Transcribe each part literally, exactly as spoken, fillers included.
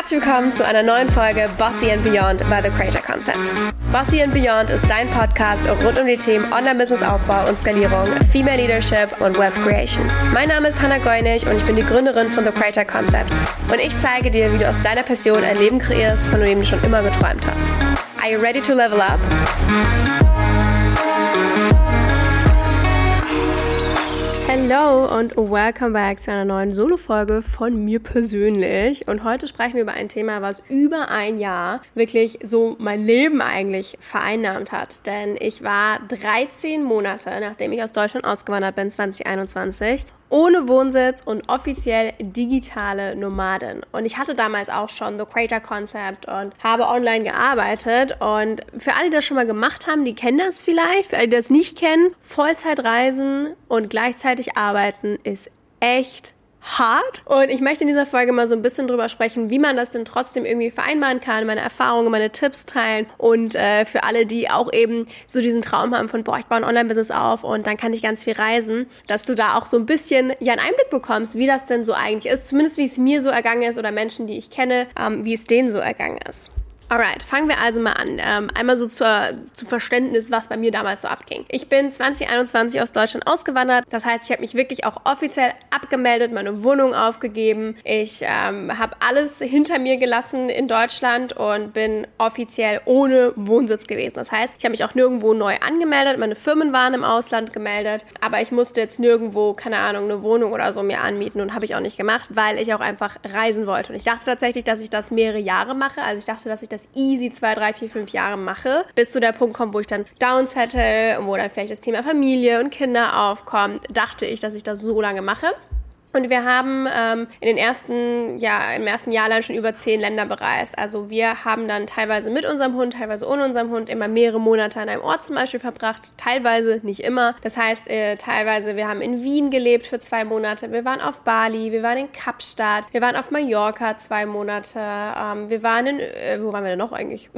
Herzlich willkommen zu einer neuen Folge Bossy and Beyond by The Creator Concept. Bossy and Beyond ist dein Podcast rund um die Themen Online-Business-Aufbau und Skalierung, Female Leadership und Wealth Creation. Mein Name ist Hannah Goinig und ich bin die Gründerin von The Creator Concept. Und ich zeige dir, wie du aus deiner Passion ein Leben kreierst, von dem du schon immer geträumt hast. Are you ready to level up? Hello und welcome back zu einer neuen Solo-Folge von mir persönlich. Und heute sprechen wir über ein Thema, was über ein Jahr wirklich so mein Leben eigentlich vereinnahmt hat. Denn ich war dreizehn Monate, nachdem ich aus Deutschland ausgewandert bin, zwanzig einundzwanzig, ohne Wohnsitz und offiziell digitale Nomadin. Und ich hatte damals auch schon The Creator Concept und habe online gearbeitet. Und für alle, die das schon mal gemacht haben, die kennen das vielleicht. Für alle, die das nicht kennen, Vollzeitreisen und gleichzeitig arbeiten ist echt hart. Und ich möchte in dieser Folge mal so ein bisschen drüber sprechen, wie man das denn trotzdem irgendwie vereinbaren kann, meine Erfahrungen, meine Tipps teilen und äh, für alle, die auch eben so diesen Traum haben von, boah, ich baue ein Online-Business auf und dann kann ich ganz viel reisen, dass du da auch so ein bisschen ja einen Einblick bekommst, wie das denn so eigentlich ist, zumindest wie es mir so ergangen ist oder Menschen, die ich kenne, ähm, wie es denen so ergangen ist. Alright, fangen wir also mal an. Ähm, einmal so zur, zum Verständnis, was bei mir damals so abging. Ich bin zwanzig einundzwanzig aus Deutschland ausgewandert. Das heißt, ich habe mich wirklich auch offiziell abgemeldet, meine Wohnung aufgegeben. Ich ähm, habe alles hinter mir gelassen in Deutschland und bin offiziell ohne Wohnsitz gewesen. Das heißt, ich habe mich auch nirgendwo neu angemeldet. Meine Firmen waren im Ausland gemeldet, aber ich musste jetzt nirgendwo, keine Ahnung, eine Wohnung oder so mir anmieten und habe ich auch nicht gemacht, weil ich auch einfach reisen wollte. Und ich dachte tatsächlich, dass ich das mehrere Jahre mache. Also ich dachte, dass ich das easy zwei, drei, vier, fünf Jahre mache, bis zu der Punkt kommt, wo ich dann downsettle und wo dann vielleicht das Thema Familie und Kinder aufkommt, dachte ich, dass ich das so lange mache. Und wir haben ähm, in den ersten, ja, im ersten Jahr lang schon über zehn Länder bereist. Also wir haben dann teilweise mit unserem Hund, teilweise ohne unserem Hund immer mehrere Monate an einem Ort zum Beispiel verbracht. Teilweise, nicht immer. Das heißt, äh, teilweise, wir haben in Wien gelebt für zwei Monate. Wir waren auf Bali, wir waren in Kapstadt, wir waren auf Mallorca zwei Monate. Ähm, wir waren in, äh, wo waren wir denn noch eigentlich?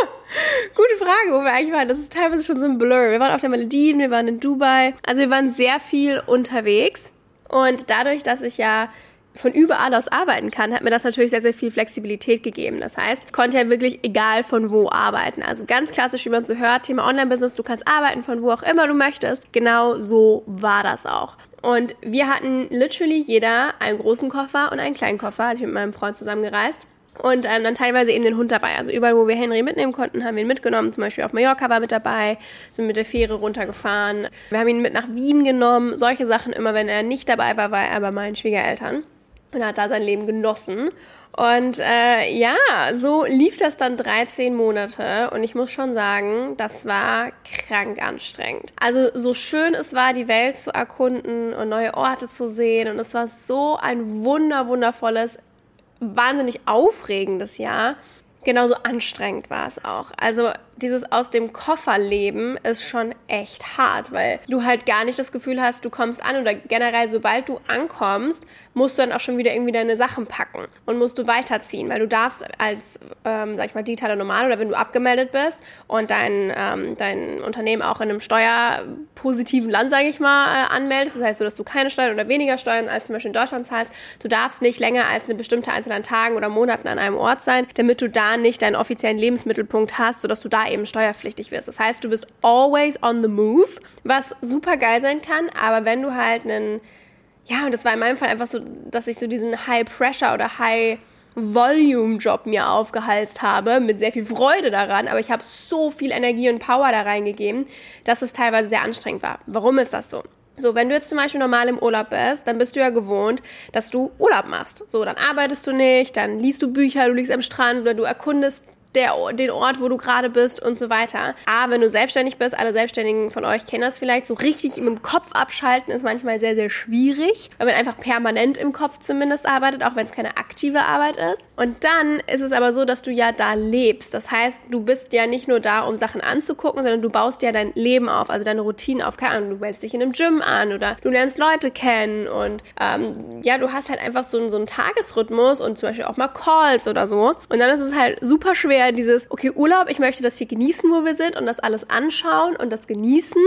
Gute Frage, wo wir eigentlich waren. Das ist teilweise schon so ein Blur. Wir waren auf der Malediven, wir waren in Dubai. Also wir waren sehr viel unterwegs. Und dadurch, dass ich ja von überall aus arbeiten kann, hat mir das natürlich sehr, sehr viel Flexibilität gegeben. Das heißt, ich konnte ja wirklich egal von wo arbeiten. Also ganz klassisch, wie man so hört, Thema Online-Business, du kannst arbeiten von wo auch immer du möchtest. Genau so war das auch. Und wir hatten literally jeder einen großen Koffer und einen kleinen Koffer. Also ich bin mit meinem Freund zusammengereist. Und ähm, dann teilweise eben den Hund dabei. Also überall, wo wir Henry mitnehmen konnten, haben wir ihn mitgenommen. Zum Beispiel auf Mallorca war mit dabei, sind mit der Fähre runtergefahren. Wir haben ihn mit nach Wien genommen. Solche Sachen, immer wenn er nicht dabei war, war er bei meinen Schwiegereltern. Und hat da sein Leben genossen. Und äh, ja, so lief das dann dreizehn Monate. Und ich muss schon sagen, das war krank anstrengend. Also so schön es war, die Welt zu erkunden und neue Orte zu sehen. Und es war so ein wunder, wundervolles, wahnsinnig aufregendes Jahr. Genauso anstrengend war es auch. Also dieses aus dem Koffer leben ist schon echt hart, weil du halt gar nicht das Gefühl hast, du kommst an oder generell, sobald du ankommst, musst du dann auch schon wieder irgendwie deine Sachen packen und musst du weiterziehen, weil du darfst als, ähm, sag ich mal, digitaler Nomade oder wenn du abgemeldet bist und dein, ähm, dein Unternehmen auch in einem steuerpositiven Land, sage ich mal, äh, anmeldest, das heißt so, dass du keine Steuern oder weniger Steuern als zum Beispiel in Deutschland zahlst, du darfst nicht länger als eine bestimmte Anzahl an Tagen oder Monaten an einem Ort sein, damit du da nicht deinen offiziellen Lebensmittelpunkt hast, sodass du da eben steuerpflichtig wirst. Das heißt, du bist always on the move, was super geil sein kann, aber wenn du halt einen, ja, und das war in meinem Fall einfach so, dass ich so diesen High-Pressure oder High-Volume-Job mir aufgehalst habe, mit sehr viel Freude daran, aber ich habe so viel Energie und Power da reingegeben, dass es teilweise sehr anstrengend war. Warum ist das so? So, wenn du jetzt zum Beispiel normal im Urlaub bist, dann bist du ja gewohnt, dass du Urlaub machst. So, dann arbeitest du nicht, dann liest du Bücher, du liegst am Strand oder du erkundest der, den Ort, wo du gerade bist und so weiter. Aber wenn du selbstständig bist, alle Selbstständigen von euch kennen das vielleicht, so richtig im Kopf abschalten ist manchmal sehr, sehr schwierig, weil man einfach permanent im Kopf zumindest arbeitet, auch wenn es keine aktive Arbeit ist. Und dann ist es aber so, dass du ja da lebst. Das heißt, du bist ja nicht nur da, um Sachen anzugucken, sondern du baust ja dein Leben auf, also deine Routinen auf. Keine Ahnung, du meldest dich in einem Gym an oder du lernst Leute kennen und ähm, ja, du hast halt einfach so, so einen Tagesrhythmus und zum Beispiel auch mal Calls oder so. Und dann ist es halt super schwer, dieses, okay, Urlaub, ich möchte das hier genießen, wo wir sind und das alles anschauen und das genießen.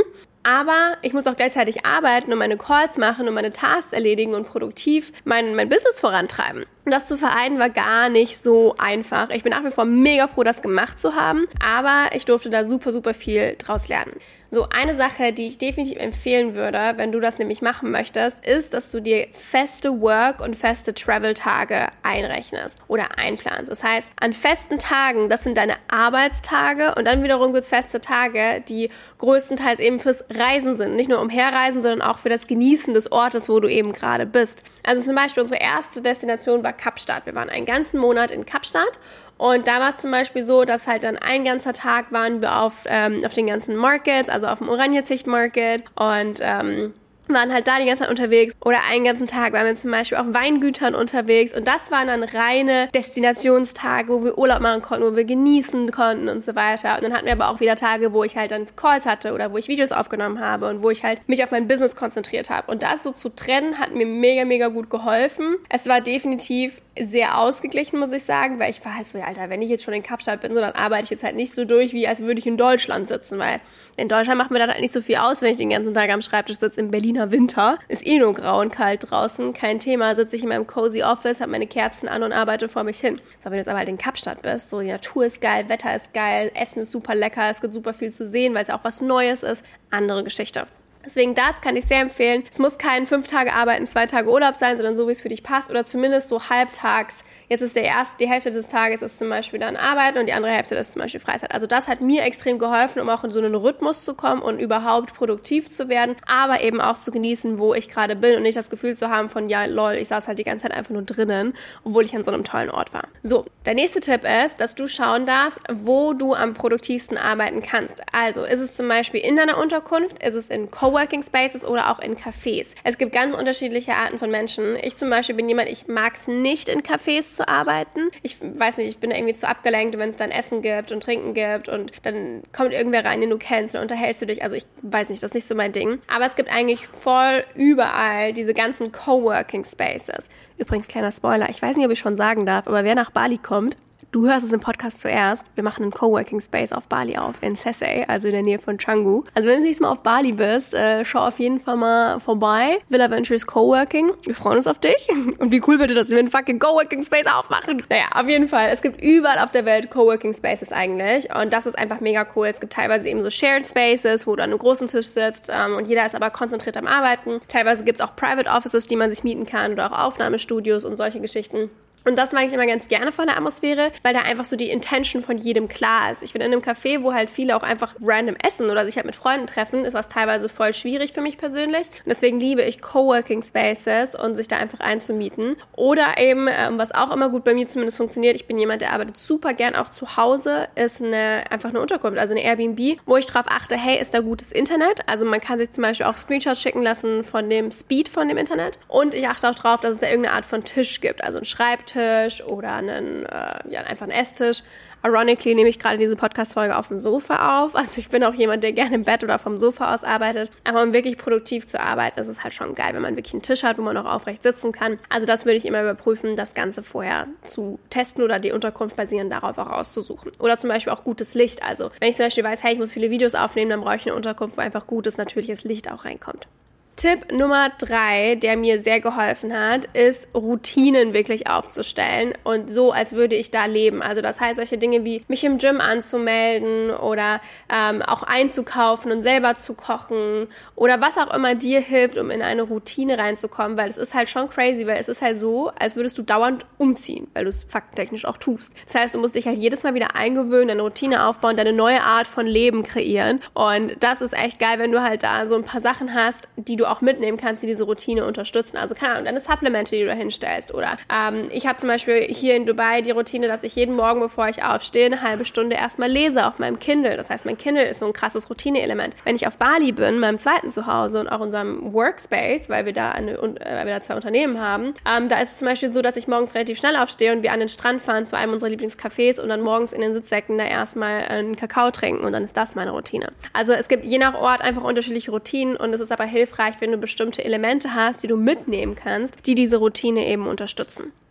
aber ich muss auch gleichzeitig arbeiten und meine Calls machen und meine Tasks erledigen und produktiv mein, mein Business vorantreiben. Und das zu vereinen war gar nicht so einfach. Ich bin nach wie vor mega froh, das gemacht zu haben, aber ich durfte da super, super viel draus lernen. So, eine Sache, die ich definitiv empfehlen würde, wenn du das nämlich machen möchtest, ist, dass du dir feste Work- und feste Travel-Tage einrechnest oder einplanst. Das heißt, an festen Tagen, das sind deine Arbeitstage und dann wiederum gibt es feste Tage, die größtenteils eben fürs Reisen sind. Nicht nur umherreisen, sondern auch für das Genießen des Ortes, wo du eben gerade bist. Also zum Beispiel unsere erste Destination war Kapstadt. Wir waren einen ganzen Monat in Kapstadt. Und da war es zum Beispiel so, dass halt dann ein ganzer Tag waren wir auf, ähm, auf den ganzen Markets, also auf dem Oranjezicht-Market und ähm, waren halt da die ganze Zeit unterwegs. Oder einen ganzen Tag waren wir zum Beispiel auf Weingütern unterwegs. Und das waren dann reine Destinationstage, wo wir Urlaub machen konnten, wo wir genießen konnten und so weiter. Und dann hatten wir aber auch wieder Tage, wo ich halt dann Calls hatte oder wo ich Videos aufgenommen habe und wo ich halt mich auf mein Business konzentriert habe. Und das so zu trennen, hat mir mega, mega gut geholfen. Es war definitiv sehr ausgeglichen, muss ich sagen, weil ich war halt so, ja, Alter, wenn ich jetzt schon in Kapstadt bin, so, dann arbeite ich jetzt halt nicht so durch, wie als würde ich in Deutschland sitzen, weil in Deutschland macht mir das halt nicht so viel aus, wenn ich den ganzen Tag am Schreibtisch sitze. Im Berliner Winter ist eh nur grau und kalt draußen, kein Thema, sitze ich in meinem cozy Office, habe meine Kerzen an und arbeite vor mich hin. So, wenn du jetzt aber halt in Kapstadt bist, so, die Natur ist geil, Wetter ist geil, Essen ist super lecker, es gibt super viel zu sehen, weil es auch was Neues ist, andere Geschichte. Deswegen das kann ich sehr empfehlen. Es muss kein fünf Tage Arbeiten, zwei Tage Urlaub sein, sondern so, wie es für dich passt oder zumindest so halbtags. Jetzt ist der erste, die Hälfte des Tages ist zum Beispiel dann Arbeiten und die andere Hälfte ist zum Beispiel Freizeit. Also das hat mir extrem geholfen, um auch in so einen Rhythmus zu kommen und überhaupt produktiv zu werden, aber eben auch zu genießen, wo ich gerade bin und nicht das Gefühl zu haben von, ja lol, ich saß halt die ganze Zeit einfach nur drinnen, obwohl ich an so einem tollen Ort war. So, der nächste Tipp ist, dass du schauen darfst, wo du am produktivsten arbeiten kannst. Also ist es zum Beispiel in deiner Unterkunft, ist es in Coworking Spaces oder auch in Cafés. Es gibt ganz unterschiedliche Arten von Menschen. Ich zum Beispiel bin jemand, ich mag es nicht, in Cafés zu arbeiten. Ich weiß nicht, ich bin da irgendwie zu abgelenkt, wenn es dann Essen gibt und Trinken gibt und dann kommt irgendwer rein, den du kennst und unterhältst du dich. Also ich weiß nicht, das ist nicht so mein Ding. Aber es gibt eigentlich voll überall diese ganzen Coworking Spaces. Übrigens, kleiner Spoiler, ich weiß nicht, ob ich schon sagen darf, aber wer nach Bali kommt, du hörst es im Podcast zuerst. Wir machen einen Coworking Space auf Bali auf, in Sesay, also in der Nähe von Canggu. Also wenn du nächstes Mal auf Bali bist, äh, schau auf jeden Fall mal vorbei. Villa Ventures Coworking. Wir freuen uns auf dich. Und wie cool bitte, dass wir einen fucking Coworking Space aufmachen. Naja, auf jeden Fall. Es gibt überall auf der Welt Coworking Spaces eigentlich. Und das ist einfach mega cool. Es gibt teilweise eben so Shared Spaces, wo du an einem großen Tisch sitzt ähm, und jeder ist aber konzentriert am Arbeiten. Teilweise gibt es auch Private Offices, die man sich mieten kann oder auch Aufnahmestudios und solche Geschichten. Und das mag ich immer ganz gerne von der Atmosphäre, weil da einfach so die Intention von jedem klar ist. Ich bin in einem Café, wo halt viele auch einfach random essen oder sich halt mit Freunden treffen, ist das teilweise voll schwierig für mich persönlich. Und deswegen liebe ich Coworking Spaces und sich da einfach einzumieten. Oder eben, ähm, was auch immer gut bei mir zumindest funktioniert, ich bin jemand, der arbeitet super gern auch zu Hause, ist eine, einfach eine Unterkunft, also eine Airbnb, wo ich drauf achte, hey, ist da gutes Internet? Also man kann sich zum Beispiel auch Screenshots schicken lassen von dem Speed von dem Internet. Und ich achte auch drauf, dass es da irgendeine Art von Tisch gibt, also ein Schreibtisch oder einen, äh, ja, einfach einen Esstisch. Ironically nehme ich gerade diese Podcast-Folge auf dem Sofa auf. Also ich bin auch jemand, der gerne im Bett oder vom Sofa aus arbeitet. Aber um wirklich produktiv zu arbeiten, ist es halt schon geil, wenn man wirklich einen Tisch hat, wo man auch aufrecht sitzen kann. Also das würde ich immer überprüfen, das Ganze vorher zu testen oder die Unterkunft basierend darauf auch auszusuchen. Oder zum Beispiel auch gutes Licht. Also wenn ich zum Beispiel weiß, hey, ich muss viele Videos aufnehmen, dann brauche ich eine Unterkunft, wo einfach gutes, natürliches Licht auch reinkommt. Tipp Nummer drei, der mir sehr geholfen hat, ist Routinen wirklich aufzustellen und so, als würde ich da leben. Also das heißt, solche Dinge wie mich im Gym anzumelden oder ähm, auch einzukaufen und selber zu kochen oder was auch immer dir hilft, um in eine Routine reinzukommen, weil es ist halt schon crazy, weil es ist halt so, als würdest du dauernd umziehen, weil du es faktentechnisch auch tust. Das heißt, du musst dich halt jedes Mal wieder eingewöhnen, deine Routine aufbauen, deine neue Art von Leben kreieren und das ist echt geil, wenn du halt da so ein paar Sachen hast, die du auch mitnehmen kannst, die diese Routine unterstützen. Also keine Ahnung, deine Supplemente, die du da hinstellst. Oder ähm, ich habe zum Beispiel hier in Dubai die Routine, dass ich jeden Morgen, bevor ich aufstehe, eine halbe Stunde erstmal lese auf meinem Kindle. Das heißt, mein Kindle ist so ein krasses Routine-Element. Wenn ich auf Bali bin, meinem zweiten Zuhause und auch unserem Workspace, weil wir da, eine, äh, weil wir da zwei Unternehmen haben, ähm, da ist es zum Beispiel so, dass ich morgens relativ schnell aufstehe und wir an den Strand fahren zu einem unserer Lieblingscafés und dann morgens in den Sitzsäcken da erstmal einen Kakao trinken und dann ist das meine Routine. Also es gibt je nach Ort einfach unterschiedliche Routinen und es ist aber hilfreich, wenn du bestimmte Elemente hast, die du mitnehmen kannst, die diese Routine eben unterstützen.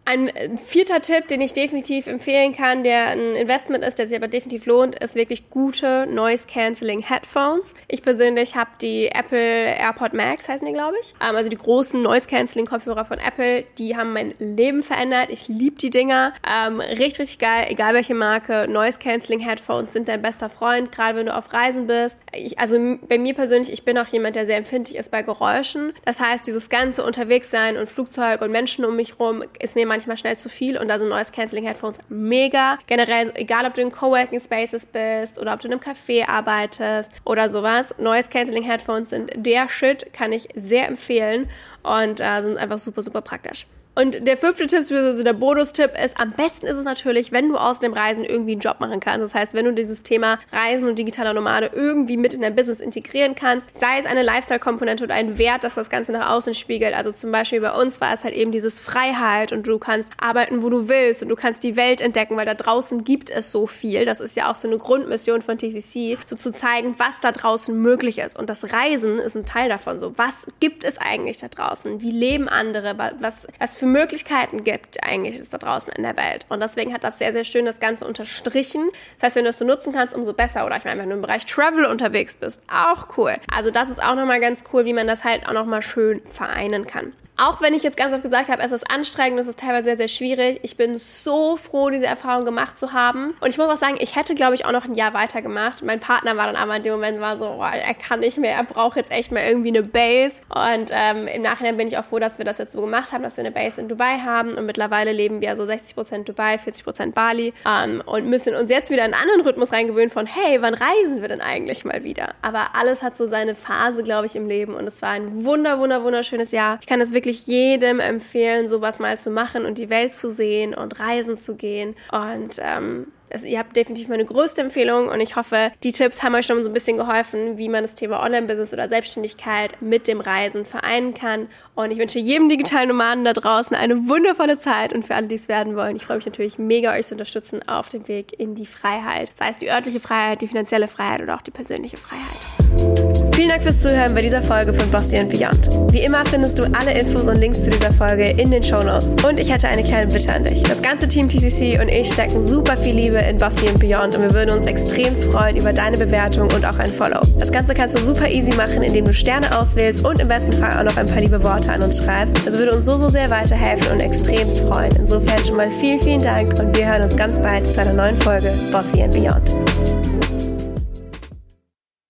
Ein vierter Tipp, den ich definitiv empfehlen kann, der ein Investment ist, der sich aber definitiv lohnt, ist wirklich gute Noise-Canceling-Headphones. Ich persönlich habe die Apple AirPod Max, heißen die, glaube ich. Also die großen Noise-Canceling-Kopfhörer von Apple, die haben mein Leben verändert. Ich liebe die Dinger. Ähm, richtig, richtig geil, egal welche Marke. Noise-Canceling-Headphones sind dein bester Freund, gerade wenn du auf Reisen bist. Ich, also bei mir persönlich, ich bin auch jemand, der sehr empfindlich ist bei Geräuschen. Das heißt, dieses ganze Unterwegssein und Flugzeug und Menschen um mich rum ist mir manchmal schnell zu viel und da sind Noise-Canceling-Headphones mega. Generell, egal ob du in Coworking Spaces bist oder ob du in einem Café arbeitest oder sowas, Noise-Canceling-Headphones sind der Shit, kann ich sehr empfehlen und äh, sind einfach super, super praktisch. Und der fünfte Tipp, also der Bonus-Tipp ist, am besten ist es natürlich, wenn du aus dem Reisen irgendwie einen Job machen kannst. Das heißt, wenn du dieses Thema Reisen und digitaler Nomade irgendwie mit in dein Business integrieren kannst, sei es eine Lifestyle-Komponente oder ein Wert, dass das Ganze nach außen spiegelt. Also zum Beispiel bei uns war es halt eben dieses Freiheit und du kannst arbeiten, wo du willst und du kannst die Welt entdecken, weil da draußen gibt es so viel. Das ist ja auch so eine Grundmission von T C C, so zu zeigen, was da draußen möglich ist. Und das Reisen ist ein Teil davon. So, was gibt es eigentlich da draußen? Wie leben andere? Was, was für Möglichkeiten gibt eigentlich ist da draußen in der Welt. Und deswegen hat das sehr, sehr schön das Ganze unterstrichen. Das heißt, wenn du das so nutzen kannst, umso besser. Oder ich meine, wenn du im Bereich Travel unterwegs bist, auch cool. Also das ist auch nochmal ganz cool, wie man das halt auch nochmal schön vereinen kann. Auch wenn ich jetzt ganz oft gesagt habe, es ist anstrengend, es ist teilweise sehr, sehr schwierig. Ich bin so froh, diese Erfahrung gemacht zu haben. Und ich muss auch sagen, ich hätte, glaube ich, auch noch ein Jahr weitergemacht. Mein Partner war dann aber in dem Moment war so, oh, er kann nicht mehr, er braucht jetzt echt mal irgendwie eine Base. Und ähm, im Nachhinein bin ich auch froh, dass wir das jetzt so gemacht haben, dass wir eine Base in Dubai haben. Und mittlerweile leben wir so sechzig Prozent Dubai, vierzig Prozent Bali ähm, und müssen uns jetzt wieder in einen anderen Rhythmus reingewöhnen von, hey, wann reisen wir denn eigentlich mal wieder? Aber alles hat so seine Phase, glaube ich, im Leben. Und es war ein wunder, wunder, wunderschönes Jahr. Ich kann es wirklich jedem empfehlen, sowas mal zu machen und die Welt zu sehen und reisen zu gehen. Und ähm, Also ihr habt definitiv meine größte Empfehlung und ich hoffe, die Tipps haben euch schon so ein bisschen geholfen, wie man das Thema Online-Business oder Selbstständigkeit mit dem Reisen vereinen kann. Und ich wünsche jedem digitalen Nomaden da draußen eine wundervolle Zeit und für alle, die es werden wollen, ich freue mich natürlich mega, euch zu unterstützen auf dem Weg in die Freiheit. Sei es die örtliche Freiheit, die finanzielle Freiheit oder auch die persönliche Freiheit. Vielen Dank fürs Zuhören bei dieser Folge von Bossy and Beyond. Wie immer findest du alle Infos und Links zu dieser Folge in den Shownotes. Und ich hätte eine kleine Bitte an dich. Das ganze Team T C C und ich stecken super viel Liebe in Bossy and Beyond und wir würden uns extremst freuen über deine Bewertung und auch ein Follow. Das Ganze kannst du super easy machen, indem du Sterne auswählst und im besten Fall auch noch ein paar liebe Worte an uns schreibst. Das würde uns so, so sehr weiterhelfen und extremst freuen. Insofern schon mal vielen, vielen Dank und wir hören uns ganz bald zu einer neuen Folge Bossy and Beyond.